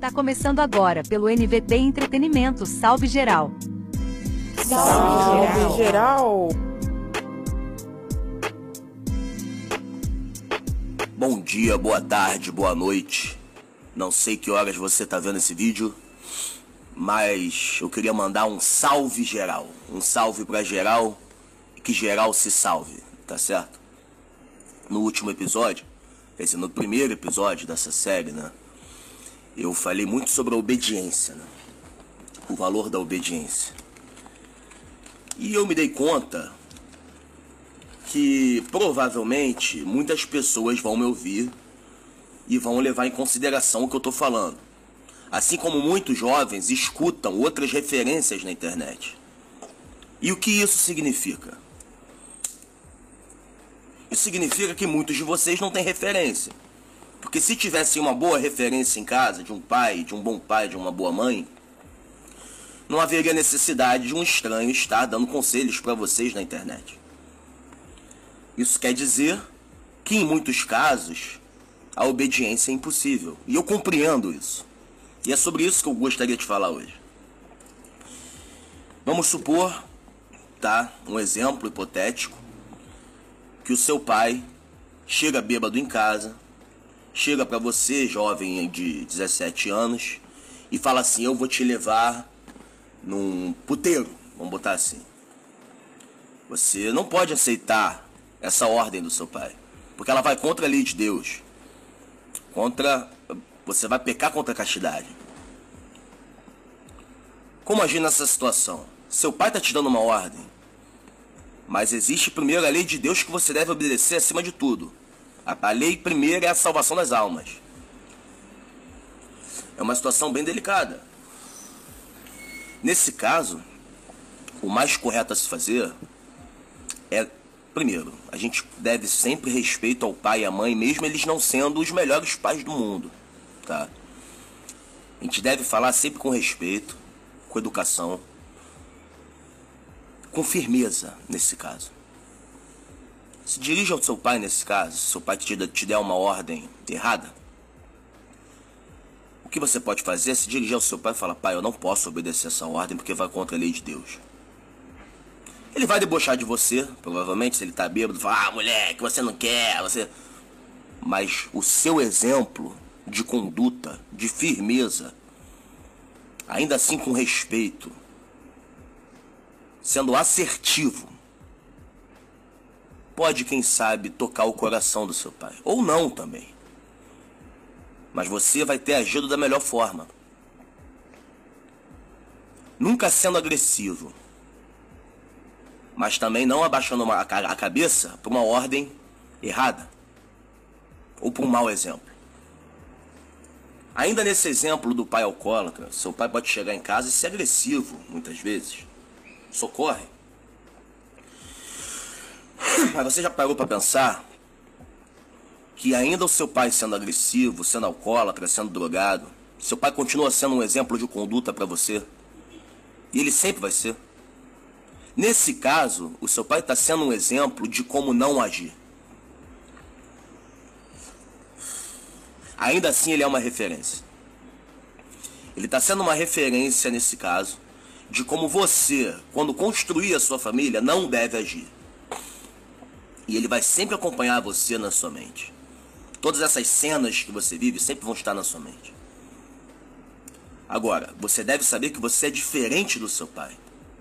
está começando agora pelo NVT Entretenimento. Salve geral! Salve geral! Bom dia, boa tarde, boa noite. Não sei que horas você tá vendo esse vídeo, mas eu queria mandar um salve geral. Um salve pra geral e que geral se salve, tá certo? No último episódio, quer dizer, no primeiro episódio dessa série, né? Eu falei muito sobre a obediência, né? O valor da obediência. E eu me dei conta que provavelmente muitas pessoas vão me ouvir e vão levar em consideração o que eu tô falando. Assim como muitos jovens escutam outras referências na internet. E o que isso significa? Isso significa que muitos de vocês não têm referência. Porque se tivessem uma boa referência em casa, de um pai, de um bom pai, de uma boa mãe, não haveria necessidade de um estranho estar dando conselhos para vocês na internet. Isso quer dizer que em muitos casos a obediência é impossível. E eu compreendo isso. E é sobre isso que eu gostaria de falar hoje. Vamos supor, tá, um exemplo hipotético, que o seu pai chega bêbado em casa, chega pra você, jovem de 17 anos, e fala assim: eu vou te levar num puteiro, vamos botar assim. Você não pode aceitar essa ordem do seu pai, porque ela vai contra a lei de Deus. Você vai pecar contra a castidade. Como agir nessa situação? Seu pai está te dando uma ordem, mas existe primeiro a lei de Deus que você deve obedecer acima de tudo. A lei primeira é a salvação das almas. É uma situação bem delicada. Nesse caso, o mais correto a se fazer é, primeiro, a gente deve sempre respeito ao pai e à mãe, mesmo eles não sendo os melhores pais do mundo, tá? A gente deve falar sempre com respeito, com educação, com firmeza nesse caso. Se dirija ao seu pai nesse caso, se seu pai te der uma ordem errada, o que você pode fazer é se dirigir ao seu pai e falar: pai, eu não posso obedecer essa ordem porque vai contra a lei de Deus. Ele vai debochar de você, provavelmente, se ele tá bêbado, falar: ah, moleque, você não quer, você... Mas o seu exemplo de conduta, de firmeza, ainda assim com respeito, sendo assertivo, pode, quem sabe, tocar o coração do seu pai. Ou não também. Mas você vai ter agido da melhor forma. Nunca sendo agressivo, mas também não abaixando a cabeça por uma ordem errada ou por um mau exemplo. Ainda nesse exemplo do pai alcoólatra, seu pai pode chegar em casa e ser agressivo, muitas vezes. Socorre. Mas você já parou para pensar que ainda o seu pai sendo agressivo, sendo alcoólatra, sendo drogado, seu pai continua sendo um exemplo de conduta para você? E ele sempre vai ser. Nesse caso, o seu pai está sendo um exemplo de como não agir. Ainda assim, ele é uma referência. Ele está sendo uma referência, nesse caso, de como você, quando construir a sua família, não deve agir. E ele vai sempre acompanhar você na sua mente. Todas essas cenas que você vive sempre vão estar na sua mente. Agora, você deve saber que você é diferente do seu pai.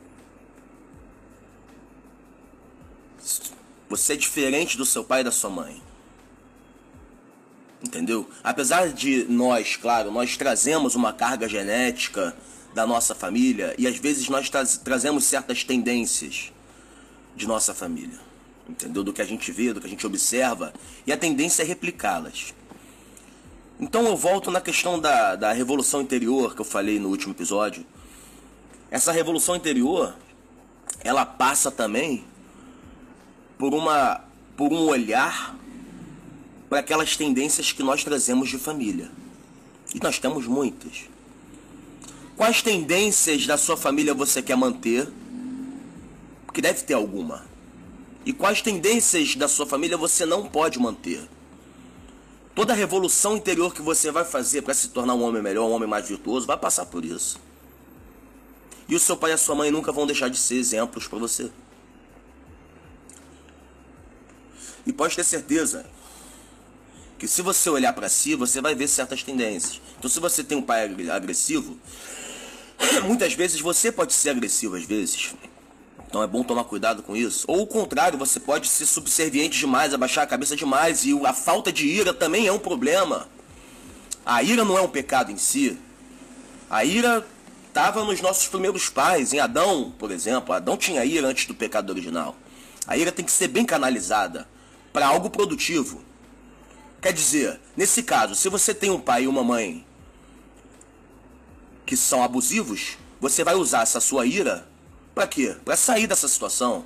Você é diferente do seu pai e da sua mãe. Entendeu? Apesar de nós, claro, nós trazemos uma carga genética da nossa família e às vezes nós trazemos certas tendências de nossa família. Entendeu? Do que a gente vê, do que a gente observa, e a tendência é replicá-las. Então eu volto na questão da revolução interior que eu falei no último episódio. Essa revolução interior, ela passa também por um olhar para aquelas tendências que nós trazemos de família. E nós temos muitas. Quais tendências da sua família você quer manter? Porque deve ter alguma. E quais tendências da sua família você não pode manter? Toda a revolução interior que você vai fazer para se tornar um homem melhor, um homem mais virtuoso, vai passar por isso. E o seu pai e a sua mãe nunca vão deixar de ser exemplos para você. E pode ter certeza que se você olhar para si, você vai ver certas tendências. Então, se você tem um pai agressivo, muitas vezes você pode ser agressivo às vezes. Então é bom tomar cuidado com isso. Ou o contrário, você pode ser subserviente demais, abaixar a cabeça demais. E a falta de ira também é um problema. A ira não é um pecado em si. A ira estava nos nossos primeiros pais. Em Adão, por exemplo. Adão tinha ira antes do pecado original. A ira tem que ser bem canalizada para algo produtivo. Quer dizer, nesse caso, se você tem um pai e uma mãe que são abusivos, você vai usar essa sua ira para quê? Para sair dessa situação.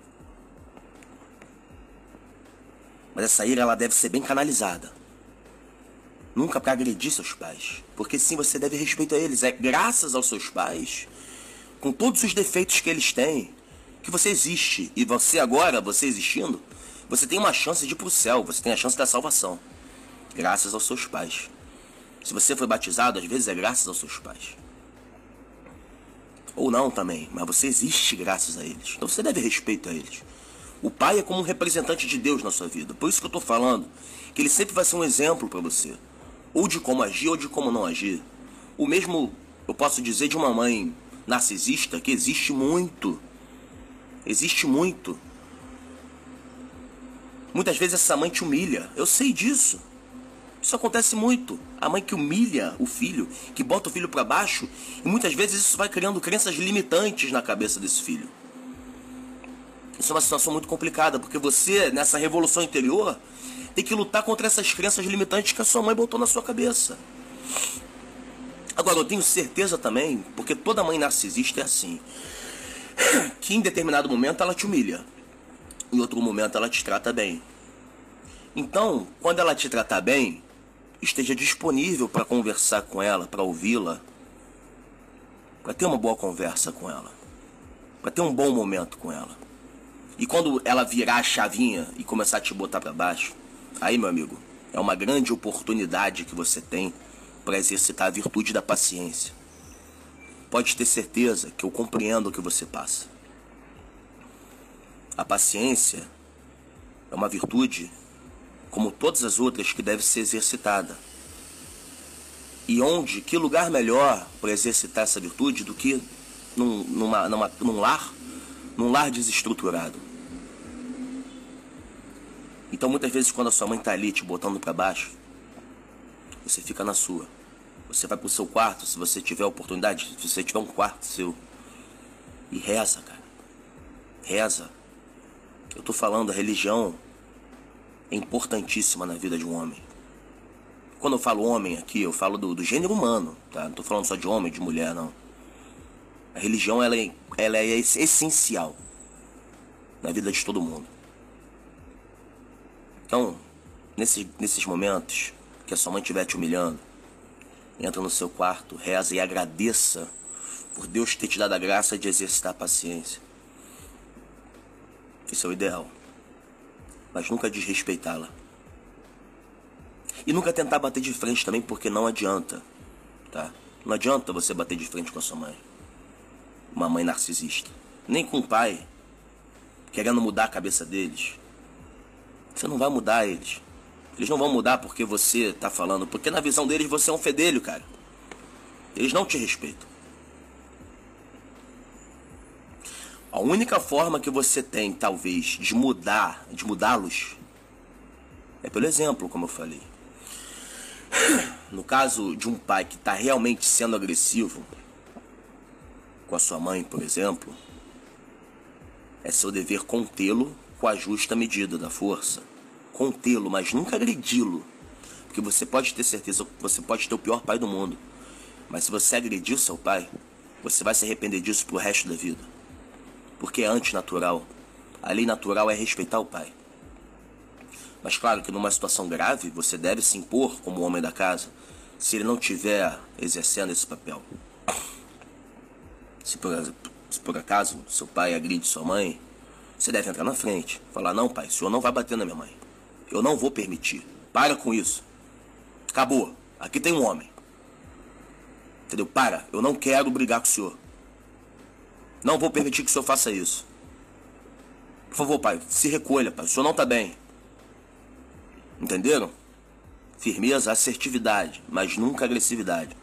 Mas essa ira ela deve ser bem canalizada. Nunca para agredir seus pais. Porque sim, você deve respeito a eles. É graças aos seus pais, com todos os defeitos que eles têm, que você existe. E você agora, você existindo, você tem uma chance de ir para o céu. Você tem a chance da salvação. Graças aos seus pais. Se você foi batizado, às vezes é graças aos seus pais. Ou não também, mas você existe graças a eles. Então você deve respeito a eles. O pai é como um representante de Deus na sua vida. Por isso que eu estou falando que ele sempre vai ser um exemplo para você. Ou de como agir ou de como não agir. O mesmo eu posso dizer de uma mãe narcisista que existe muito. Existe muito. Muitas vezes essa mãe te humilha. Eu sei disso. Isso acontece muito. A mãe que humilha o filho, que bota o filho para baixo, e muitas vezes isso vai criando crenças limitantes na cabeça desse filho. Isso é uma situação muito complicada, porque você, nessa revolução interior, tem que lutar contra essas crenças limitantes que a sua mãe botou na sua cabeça. Agora, eu tenho certeza também, porque toda mãe narcisista é assim, que em determinado momento ela te humilha, em outro momento ela te trata bem. Então, quando ela te tratar bem, esteja disponível para conversar com ela, para ouvi-la, para ter uma boa conversa com ela, para ter um bom momento com ela. E quando ela virar a chavinha e começar a te botar para baixo, aí, meu amigo, é uma grande oportunidade que você tem para exercitar a virtude da paciência. Pode ter certeza que eu compreendo o que você passa. A paciência é uma virtude como todas as outras que deve ser exercitada. E que lugar melhor para exercitar essa virtude do que num lar desestruturado. Então muitas vezes quando a sua mãe está ali te botando para baixo, você fica na sua. Você vai pro seu quarto, se você tiver oportunidade, se você tiver um quarto seu, e reza, cara. Reza. Eu tô falando, a religião é importantíssima na vida de um homem. Quando eu falo homem aqui, eu falo do gênero humano, tá? Não tô falando só de homem, de mulher, não. A religião, ela é essencial na vida de todo mundo. Então, nesses momentos que a sua mãe estiver te humilhando, entra no seu quarto, reza e agradeça por Deus ter te dado a graça de exercitar a paciência. Esse é o ideal. Mas nunca desrespeitá-la. E nunca tentar bater de frente também, porque não adianta, tá? Não adianta você bater de frente com a sua mãe. Uma mãe narcisista. Nem com o pai, querendo mudar a cabeça deles. Você não vai mudar eles. Eles não vão mudar porque você tá falando. Porque na visão deles você é um fedelho, cara. Eles não te respeitam. A única forma que você tem, talvez, de mudá-los, é pelo exemplo, como eu falei. No caso de um pai que está realmente sendo agressivo com a sua mãe, por exemplo, é seu dever contê-lo com a justa medida da força. Contê-lo, mas nunca agredi-lo. Porque você pode ter certeza, você pode ter o pior pai do mundo, mas se você agredir o seu pai, você vai se arrepender disso pro resto da vida. Porque é antinatural. A lei natural é respeitar o pai. Mas claro que numa situação grave, você deve se impor como homem da casa, se ele não estiver exercendo esse papel. Se por acaso seu pai agride sua mãe, você deve entrar na frente. Falar, não pai, o senhor não vai bater na minha mãe. Eu não vou permitir. Para com isso. Acabou. Aqui tem um homem. Entendeu? Para, eu não quero brigar com o senhor. Não vou permitir que o senhor faça isso. Por favor, pai, se recolha, pai. O senhor não tá bem. Entenderam? Firmeza, assertividade, mas nunca agressividade.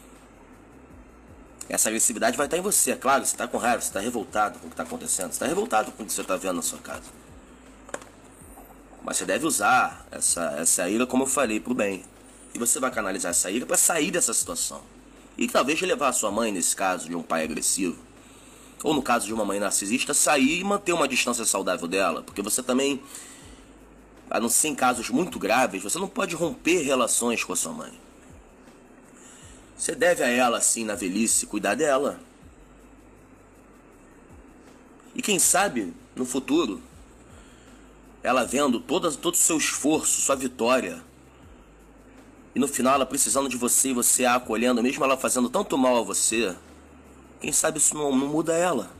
Essa agressividade vai estar em você, é claro. Você está com raiva, você está revoltado com o que está acontecendo. Você está revoltado com o que você está vendo na sua casa. Mas você deve usar essa ira, como eu falei, para o bem. E você vai canalizar essa ira para sair dessa situação. E talvez levar a sua mãe, nesse caso de um pai agressivo, ou no caso de uma mãe narcisista, sair e manter uma distância saudável dela. Porque você também, a não ser em casos muito graves, você não pode romper relações com a sua mãe. Você deve a ela, assim, na velhice, cuidar dela. E quem sabe, no futuro, ela vendo todo o seu esforço, sua vitória, e no final ela precisando de você e você a acolhendo, mesmo ela fazendo tanto mal a você, quem sabe isso não muda ela.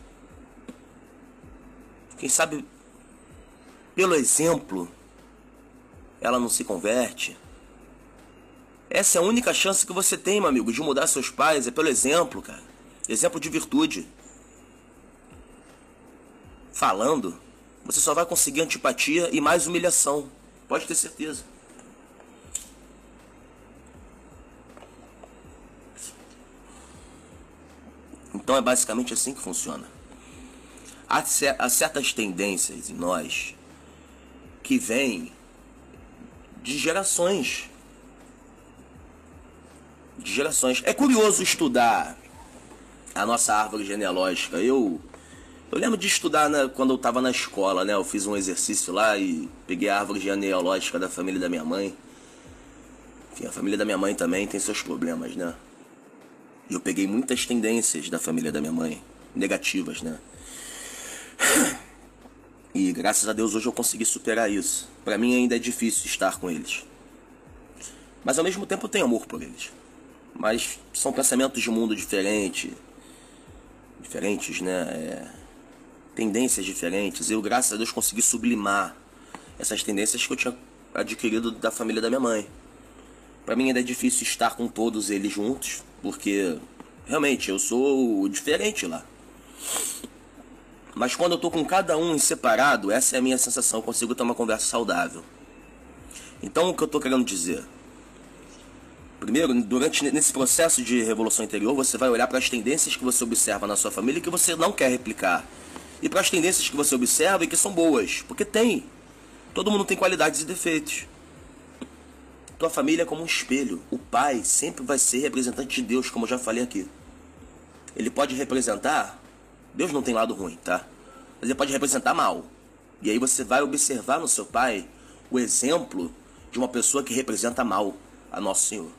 Quem sabe, pelo exemplo, ela não se converte. Essa é a única chance que você tem, meu amigo, de mudar seus pais, é pelo exemplo, cara. Exemplo de virtude. Falando, você só vai conseguir antipatia e mais humilhação. Pode ter certeza. Então é basicamente assim que funciona. Há certas tendências em nós que vêm de gerações. É curioso estudar a nossa árvore genealógica. Eu lembro de estudar quando eu estava na escola, né? Eu fiz um exercício lá e peguei a árvore genealógica da família da minha mãe. Enfim, a família da minha mãe também tem seus problemas, né? E eu peguei muitas tendências da família da minha mãe, negativas, né? E graças a Deus hoje eu consegui superar isso. Pra mim ainda é difícil estar com eles, mas ao mesmo tempo eu tenho amor por eles. Mas são pensamentos de mundo diferentes, né? Tendências diferentes. Eu, graças a Deus, consegui sublimar essas tendências que eu tinha adquirido da família da minha mãe. Pra mim ainda é difícil estar com todos eles juntos, porque realmente eu sou diferente lá. Mas quando eu tô com cada um em separado, essa é a minha sensação, eu consigo ter uma conversa saudável. Então o que eu tô querendo dizer? Primeiro, nesse processo de revolução interior, você vai olhar para as tendências que você observa na sua família e que você não quer replicar. E para as tendências que você observa e que são boas. Porque tem. Todo mundo tem qualidades e defeitos. Tua família é como um espelho. O pai sempre vai ser representante de Deus, como eu já falei aqui. Ele pode representar... Deus não tem lado ruim, tá? Mas ele pode representar mal. E aí você vai observar no seu pai o exemplo de uma pessoa que representa mal a Nosso Senhor.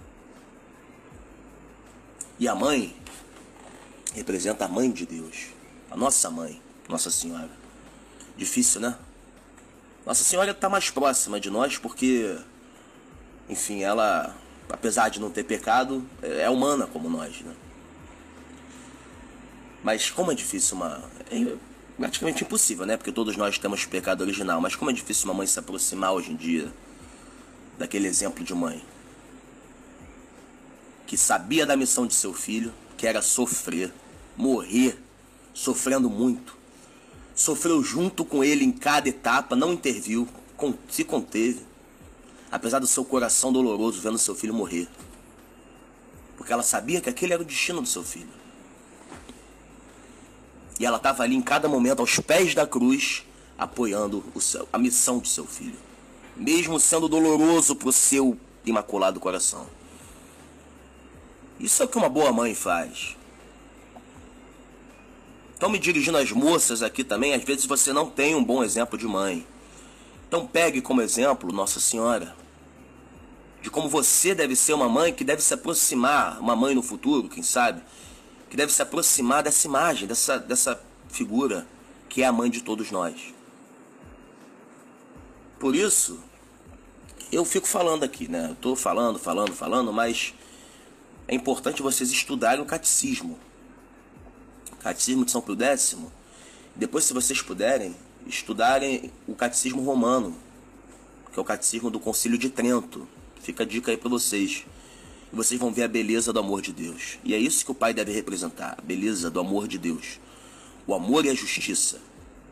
E a mãe representa a mãe de Deus, a nossa mãe, Nossa Senhora. Difícil, né? Nossa Senhora está mais próxima de nós porque, enfim, ela, apesar de não ter pecado, é humana como nós, né? Mas como é difícil é praticamente impossível, né? Porque todos nós temos pecado original. Mas como é difícil uma mãe se aproximar hoje em dia daquele exemplo de mãe que sabia da missão de seu filho, que era sofrer, morrer, sofrendo muito. Sofreu junto com ele em cada etapa, não interviu, se conteve, apesar do seu coração doloroso vendo seu filho morrer. Porque ela sabia que aquele era o destino do seu filho. E ela estava ali em cada momento, aos pés da cruz, apoiando a missão de seu filho. Mesmo sendo doloroso para o seu imaculado coração. Isso é o que uma boa mãe faz. Então, me dirigindo às moças aqui também, às vezes você não tem um bom exemplo de mãe. Então pegue como exemplo Nossa Senhora. De como você deve ser uma mãe que deve se aproximar, uma mãe no futuro, quem sabe, que deve se aproximar dessa imagem, dessa figura que é a mãe de todos nós. Por isso, eu fico falando aqui, né? Eu tô falando, mas é importante vocês estudarem o catecismo. Catecismo de São Pio X. Depois, se vocês puderem, estudarem o catecismo romano, que é o catecismo do Concílio de Trento, Fica a dica aí para vocês. E vocês vão ver a beleza do amor de Deus. E é isso que o pai deve representar, a beleza do amor de Deus. O amor e a justiça.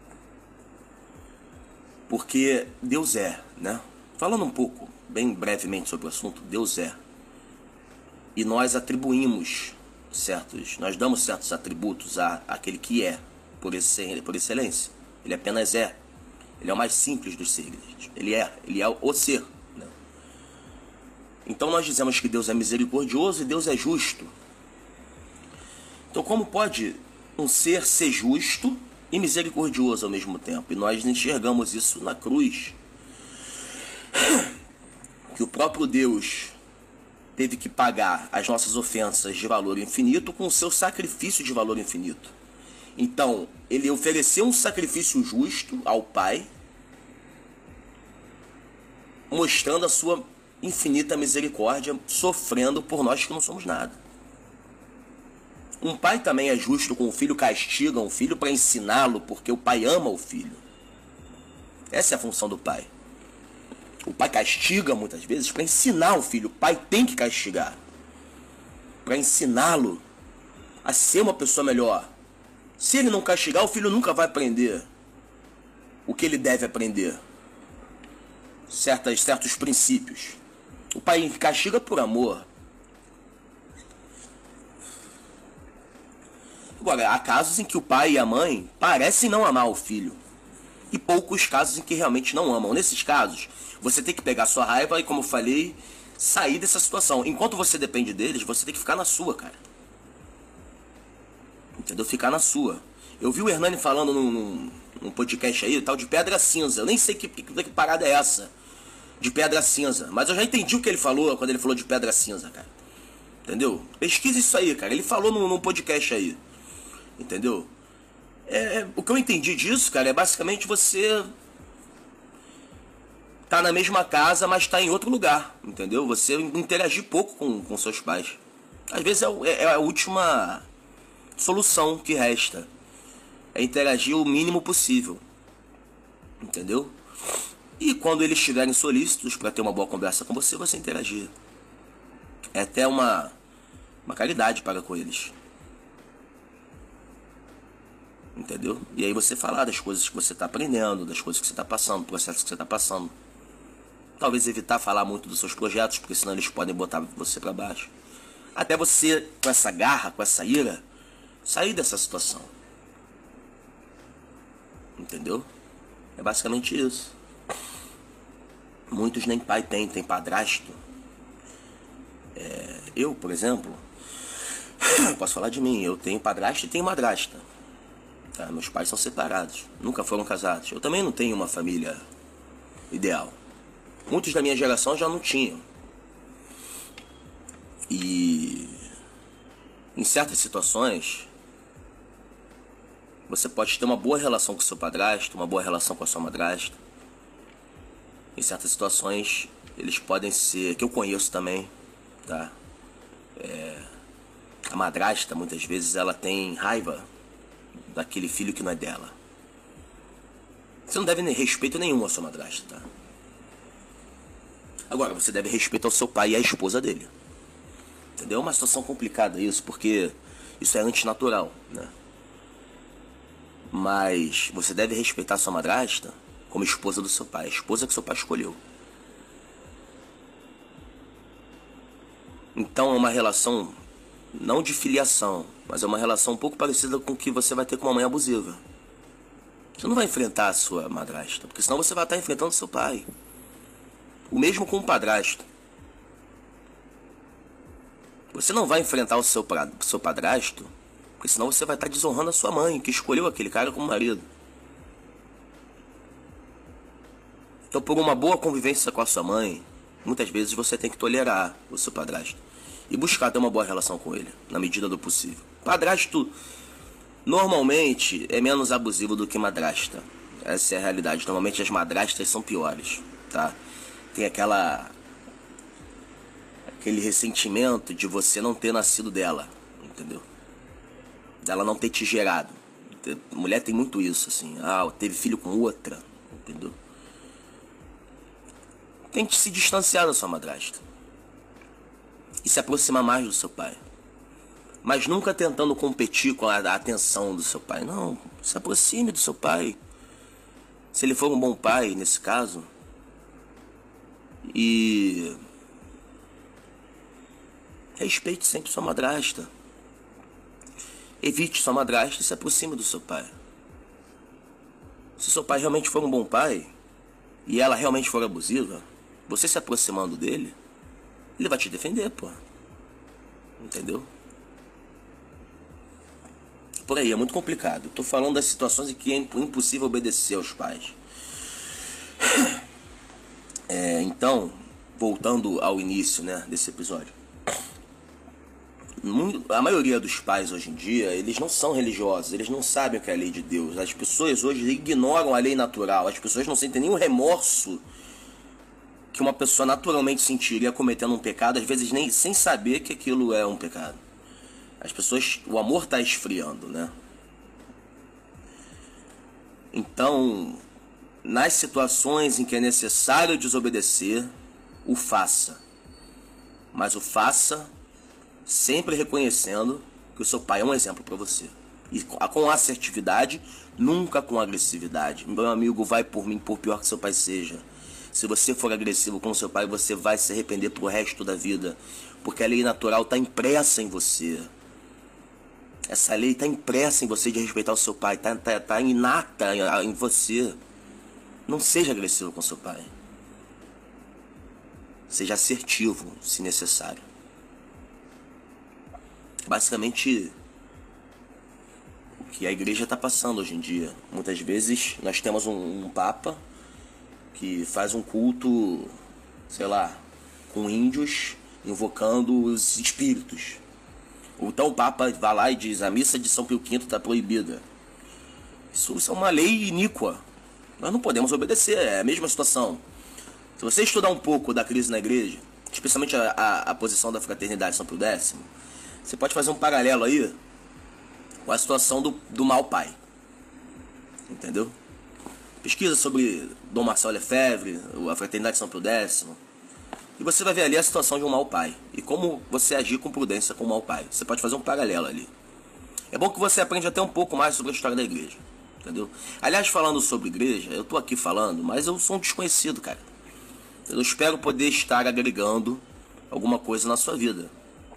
Porque Deus é, né? Falando um pouco, bem brevemente sobre o assunto, Deus é. E nós atribuímos nós damos certos atributos àquele que é, por excelência. Ele apenas é. Ele é o mais simples dos seres. Ele é o ser. Né? Então nós dizemos que Deus é misericordioso e Deus é justo. Então como pode um ser justo e misericordioso ao mesmo tempo? E nós enxergamos isso na cruz. Que o próprio Deus teve que pagar as nossas ofensas de valor infinito com o seu sacrifício de valor infinito. Então, ele ofereceu um sacrifício justo ao Pai, mostrando a sua infinita misericórdia, sofrendo por nós que não somos nada. Um pai também é justo com o filho, castiga o filho para ensiná-lo, porque o pai ama o filho. Essa é a função do pai. O pai castiga muitas vezes para ensinar o filho. O pai tem que castigar para ensiná-lo a ser uma pessoa melhor. Se ele não castigar, o filho nunca vai aprender o que ele deve aprender. Certos princípios. O pai castiga por amor. Agora, há casos em que o pai e a mãe parecem não amar o filho. E poucos casos em que realmente não amam. Nesses casos, você tem que pegar sua raiva e, como eu falei, sair dessa situação. Enquanto você depende deles, você tem que ficar na sua, cara. Entendeu? Ficar na sua. Eu vi o Hernani falando num podcast aí, tal de pedra cinza. Eu nem sei que parada é essa de pedra cinza. Mas eu já entendi o que ele falou quando ele falou de pedra cinza, cara. Entendeu? Pesquisa isso aí, cara. Ele falou num podcast aí. Entendeu? O que eu entendi disso, cara, é basicamente você tá na mesma casa, mas tá em outro lugar, entendeu? Você interagir pouco com seus pais. Às vezes é a última solução que resta. É interagir o mínimo possível, entendeu? E quando eles estiverem solícitos para ter uma boa conversa com você, você interagir. É até uma caridade para com eles. Entendeu? E aí você falar das coisas que você está aprendendo, das coisas que você está passando, do processo que você está passando. Talvez evitar falar muito dos seus projetos, porque senão eles podem botar você para baixo. Até você, com essa garra, com essa ira, sair dessa situação. Entendeu? É basicamente isso. Muitos nem pai tem padrasto. Eu, por exemplo, posso falar de mim, eu tenho padrasto e tenho madrasta. Tá? Meus pais são separados, nunca foram casados. Eu também não tenho uma família ideal. Muitos da minha geração já não tinham. E em certas situações você pode ter uma boa relação com seu padrasto, uma boa relação com a sua madrasta. Em certas situações eles podem ser, que eu conheço também, tá? A madrasta muitas vezes ela tem raiva daquele filho que não é dela. Você não deve respeito nenhum à sua madrasta, tá? Agora, você deve respeito ao seu pai e à esposa dele. Entendeu? É uma situação complicada isso, porque isso é antinatural, né? Mas você deve respeitar a sua madrasta como esposa do seu pai, a esposa que seu pai escolheu. Então é uma relação não de filiação, mas é uma relação um pouco parecida com o que você vai ter com uma mãe abusiva. Você não vai enfrentar a sua madrasta, porque senão você vai estar enfrentando seu pai. O mesmo com o padrasto. Você não vai enfrentar o seu padrasto, porque senão você vai estar desonrando a sua mãe, que escolheu aquele cara como marido. Então, por uma boa convivência com a sua mãe, muitas vezes você tem que tolerar o seu padrasto e buscar ter uma boa relação com ele, na medida do possível. Padrasto, normalmente, é menos abusivo do que madrasta. Essa é a realidade. Normalmente as madrastas são piores, tá? Tem aquele ressentimento de você não ter nascido dela, entendeu? Dela não ter te gerado. Mulher tem muito isso, assim. Teve filho com outra, entendeu? tente se distanciar da sua madrasta e se aproximar mais do seu pai. Mas nunca tentando competir com a atenção do seu pai. Não, se aproxime do seu pai. Se ele for um bom pai, nesse caso. E respeite sempre sua madrasta. Evite sua madrasta e se aproxime do seu pai. Se seu pai realmente for um bom pai e ela realmente for abusiva, você se aproximando dele, ele vai te defender, pô. Entendeu? Por aí, é muito complicado. Tô falando das situações em que é impossível obedecer aos pais. Então, voltando ao início, né, desse episódio. A maioria dos pais hoje em dia, eles não são religiosos, eles não sabem o que é a lei de Deus. As pessoas hoje ignoram a lei natural. As pessoas não sentem nenhum remorso que uma pessoa naturalmente sentiria cometendo um pecado, às vezes nem sem saber que aquilo é um pecado. As pessoas, o amor está esfriando, né? Então, nas situações em que é necessário desobedecer, o faça. Mas o faça sempre reconhecendo que o seu pai é um exemplo para você. E com assertividade, nunca com agressividade. Meu amigo, vai por mim, por pior que seu pai seja. Se você for agressivo com seu pai, você vai se arrepender pro resto da vida. Porque a lei natural está impressa em você. Essa lei está impressa em você de respeitar o seu pai. Está inata em você. Não seja agressivo com seu pai. Seja assertivo, se necessário. Basicamente, o que a igreja está passando hoje em dia. Muitas vezes nós temos um papa que faz um culto, sei lá, com índios invocando os espíritos. Ou então o papa vai lá e diz: a missa de São Pio V está proibida. Isso é uma lei iníqua. Nós não podemos obedecer, é a mesma situação. Se você estudar um pouco da crise na igreja, especialmente a posição da fraternidade São Pio X, você pode fazer um paralelo aí com a situação do mau pai. Entendeu? Pesquisa sobre Dom Marcel Lefebvre, a fraternidade São Pio X, e você vai ver ali a situação de um mau pai e como você agir com prudência com o mau pai. Você pode fazer um paralelo ali. É bom que você aprenda até um pouco mais sobre a história da igreja. Entendeu? Aliás, falando sobre igreja, eu tô aqui falando, mas eu sou um desconhecido, cara. Eu espero poder estar agregando alguma coisa na sua vida.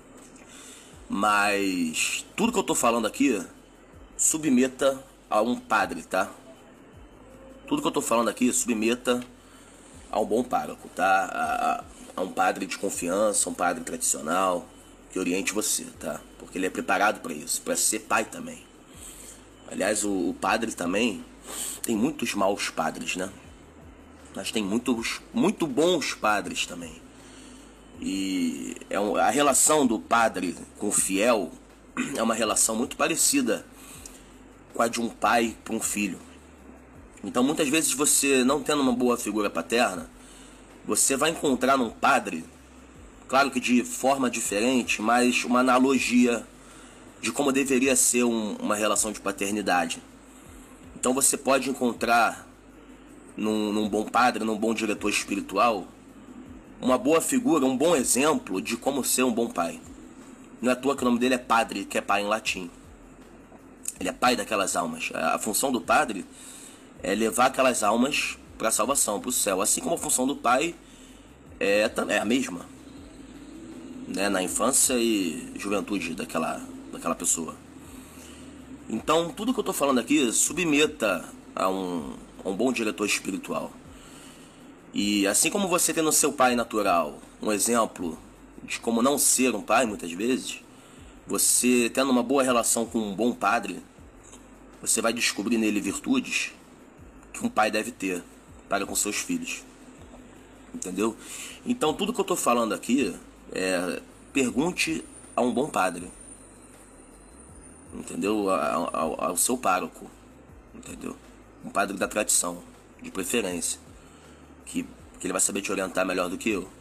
Mas tudo que eu tô falando aqui, submeta a um padre, tá? Tudo que eu tô falando aqui, submeta a um bom pároco, tá? A um padre de confiança, um padre tradicional, que oriente você, tá? Porque ele é preparado para isso, para ser pai também. Aliás, o padre também, tem muitos maus padres, né? Mas tem muito bons padres também. E a relação do padre com o fiel é uma relação muito parecida com a de um pai para um filho. Então muitas vezes você, não tendo uma boa figura paterna, você vai encontrar num padre, claro que de forma diferente, mas uma analogia de como deveria ser uma relação de paternidade. Então você pode encontrar num bom padre, num bom diretor espiritual, uma boa figura, um bom exemplo de como ser um bom pai. Não é à toa que o nome dele é padre, que é pai em latim. Ele é pai daquelas almas. A função do padre é levar aquelas almas para a salvação, para o céu. Assim como a função do pai é a mesma, né? Na infância e juventude daquela pessoa. Então, tudo que eu estou falando aqui, submeta a um bom diretor espiritual. E assim como você tem no seu pai natural um exemplo de como não ser um pai, muitas vezes, você tendo uma boa relação com um bom padre, você vai descobrir nele virtudes que um pai deve ter para com seus filhos. Entendeu? Então tudo que eu estou falando aqui pergunte a um bom padre. Entendeu? Ao seu pároco. Entendeu? Um padre da tradição, de preferência. Que ele vai saber te orientar melhor do que eu.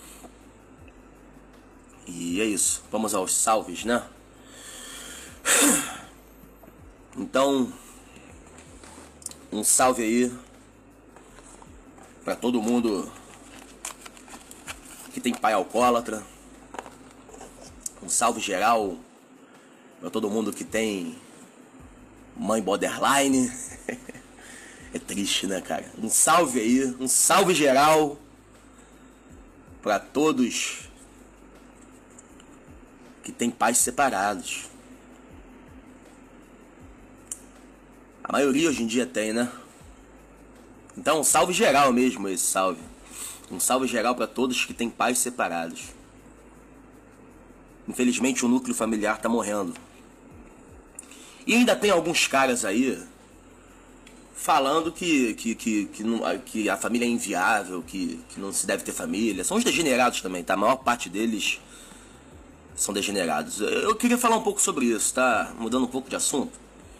E é isso. Vamos aos salves, né? Então, um salve aí para todo mundo que tem pai alcoólatra. Um salve geral pra todo mundo que tem mãe borderline. É triste, né, cara? Um salve aí, um salve geral pra todos que tem pais separados. A maioria hoje em dia tem, né? Então, um salve geral mesmo esse salve. Um salve geral pra todos que tem pais separados. Infelizmente o núcleo familiar tá morrendo. E ainda tem alguns caras aí falando que a família é inviável, que não se deve ter família. São os degenerados também, tá? A maior parte deles são degenerados. Eu queria falar um pouco sobre isso, tá? Mudando um pouco de assunto.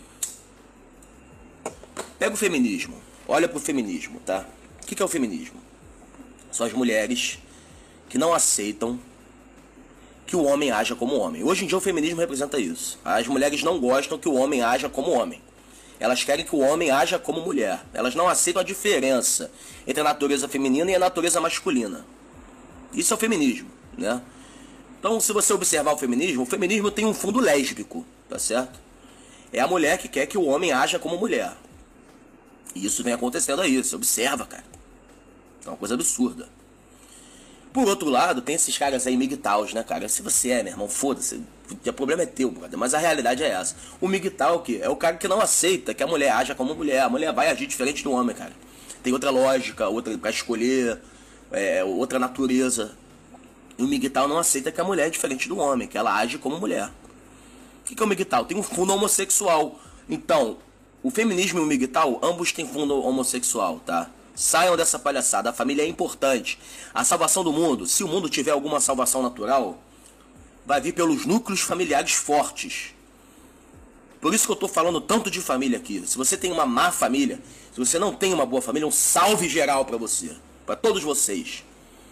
Pega o feminismo. Olha pro feminismo, tá? O que é o feminismo? São as mulheres que não aceitam que o homem haja como homem. Hoje em dia o feminismo representa isso. As mulheres não gostam que o homem haja como homem. Elas querem que o homem haja como mulher. Elas não aceitam a diferença entre a natureza feminina e a natureza masculina. Isso é o feminismo, né? Então, se você observar o feminismo tem um fundo lésbico, tá certo? É a mulher que quer que o homem haja como mulher. E isso vem acontecendo aí, você observa, cara. É uma coisa absurda. Por outro lado, tem esses caras aí migtaus, né, cara? Se você é, meu irmão, foda-se. O problema é teu, brother. Mas a realidade é essa. O migtal, o quê? É o cara que não aceita que a mulher haja como mulher. A mulher vai agir diferente do homem, cara. Tem outra lógica, outra pra escolher, outra natureza. E o migtal não aceita que a mulher é diferente do homem, que ela age como mulher. O que é o migtal? Tem um fundo homossexual. Então, o feminismo e o migtal, ambos têm fundo homossexual, tá? Saiam dessa palhaçada, a família é importante. A salvação do mundo, se o mundo tiver alguma salvação natural, vai vir pelos núcleos familiares fortes. Por isso que eu tô falando tanto de família aqui. Se você tem uma má família, se você não tem uma boa família, um salve geral pra você, pra todos vocês.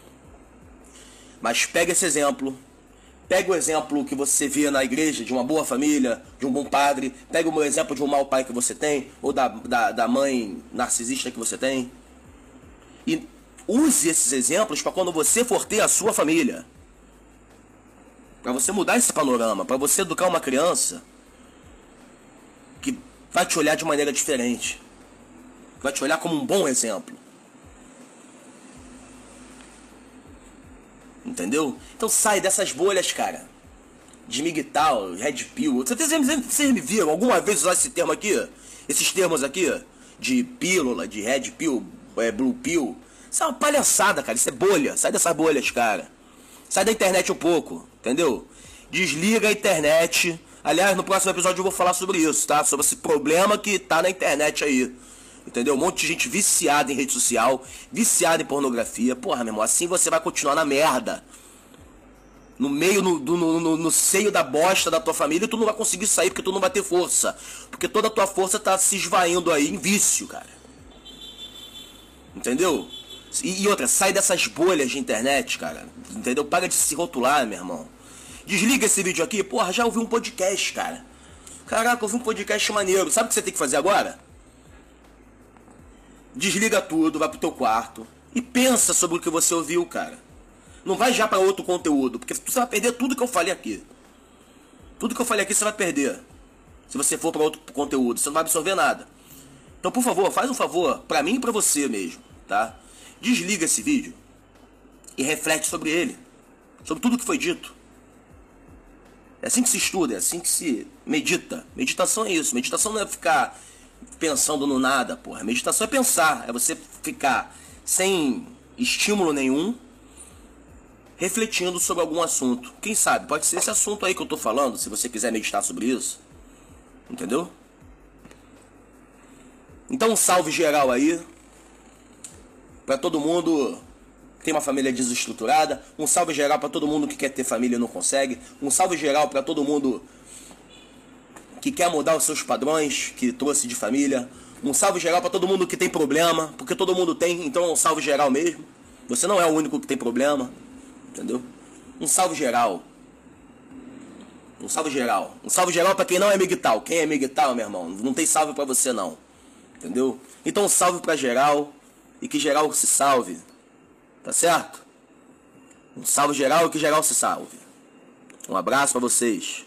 Mas pega esse exemplo. Pega o exemplo que você vê na igreja de uma boa família, de um bom padre. Pega o exemplo de um mau pai que você tem, ou da mãe narcisista que você tem. E use esses exemplos para quando você for ter a sua família. Para você mudar esse panorama, para você educar uma criança que vai te olhar de maneira diferente. Vai te olhar como um bom exemplo. Entendeu? Então sai dessas bolhas, cara. De migtal, red pill. Vocês me viram alguma vez usar esse termo aqui? Esses termos aqui? De pílula, de red pill, blue pill. Isso é uma palhaçada, cara. Isso é bolha. Sai dessas bolhas, cara. Sai da internet um pouco, entendeu? Desliga a internet. Aliás, no próximo episódio eu vou falar sobre isso, tá? Sobre esse problema que tá na internet aí. Entendeu? Um monte de gente viciada em rede social, viciada em pornografia. Porra, meu irmão, assim você vai continuar na merda. No meio, no seio da bosta da tua família, e tu não vai conseguir sair porque tu não vai ter força. Porque toda a tua força tá se esvaindo aí em vício, cara. Entendeu? E outra, sai dessas bolhas de internet, cara. Entendeu? Para de se rotular, meu irmão. Desliga esse vídeo aqui. Porra, já ouvi um podcast, cara. Caraca, eu ouvi um podcast maneiro. Sabe o que você tem que fazer agora? Desliga tudo, vai pro teu quarto e pensa sobre o que você ouviu, cara. Não vai já pra outro conteúdo, porque você vai perder tudo que eu falei aqui. Tudo que eu falei aqui você vai perder. Se você for pra outro conteúdo, você não vai absorver nada. Então, por favor, faz um favor, pra mim e pra você mesmo, tá? Desliga esse vídeo e reflete sobre ele. Sobre tudo que foi dito. É assim que se estuda, é assim que se medita. Meditação é isso. Meditação não é ficar pensando no nada, porra. Meditação é pensar. É você ficar sem estímulo nenhum, refletindo sobre algum assunto. Quem sabe, pode ser esse assunto aí que eu tô falando, se você quiser meditar sobre isso. Entendeu? Então um salve geral aí pra todo mundo que tem uma família desestruturada. Um salve geral pra todo mundo que quer ter família e não consegue. Um salve geral pra todo mundo que quer mudar os seus padrões que trouxe de família. Um salve geral pra todo mundo que tem problema, porque todo mundo tem, então é um salve geral mesmo. Você não é o único que tem problema, entendeu? Um salve geral. Um salve geral. Um salve geral pra quem não é migtal. Quem é migtal, meu irmão, não tem salve pra você não. Entendeu? Então um salve pra geral e que geral se salve. Tá certo? Um salve geral e que geral se salve. Um abraço para vocês.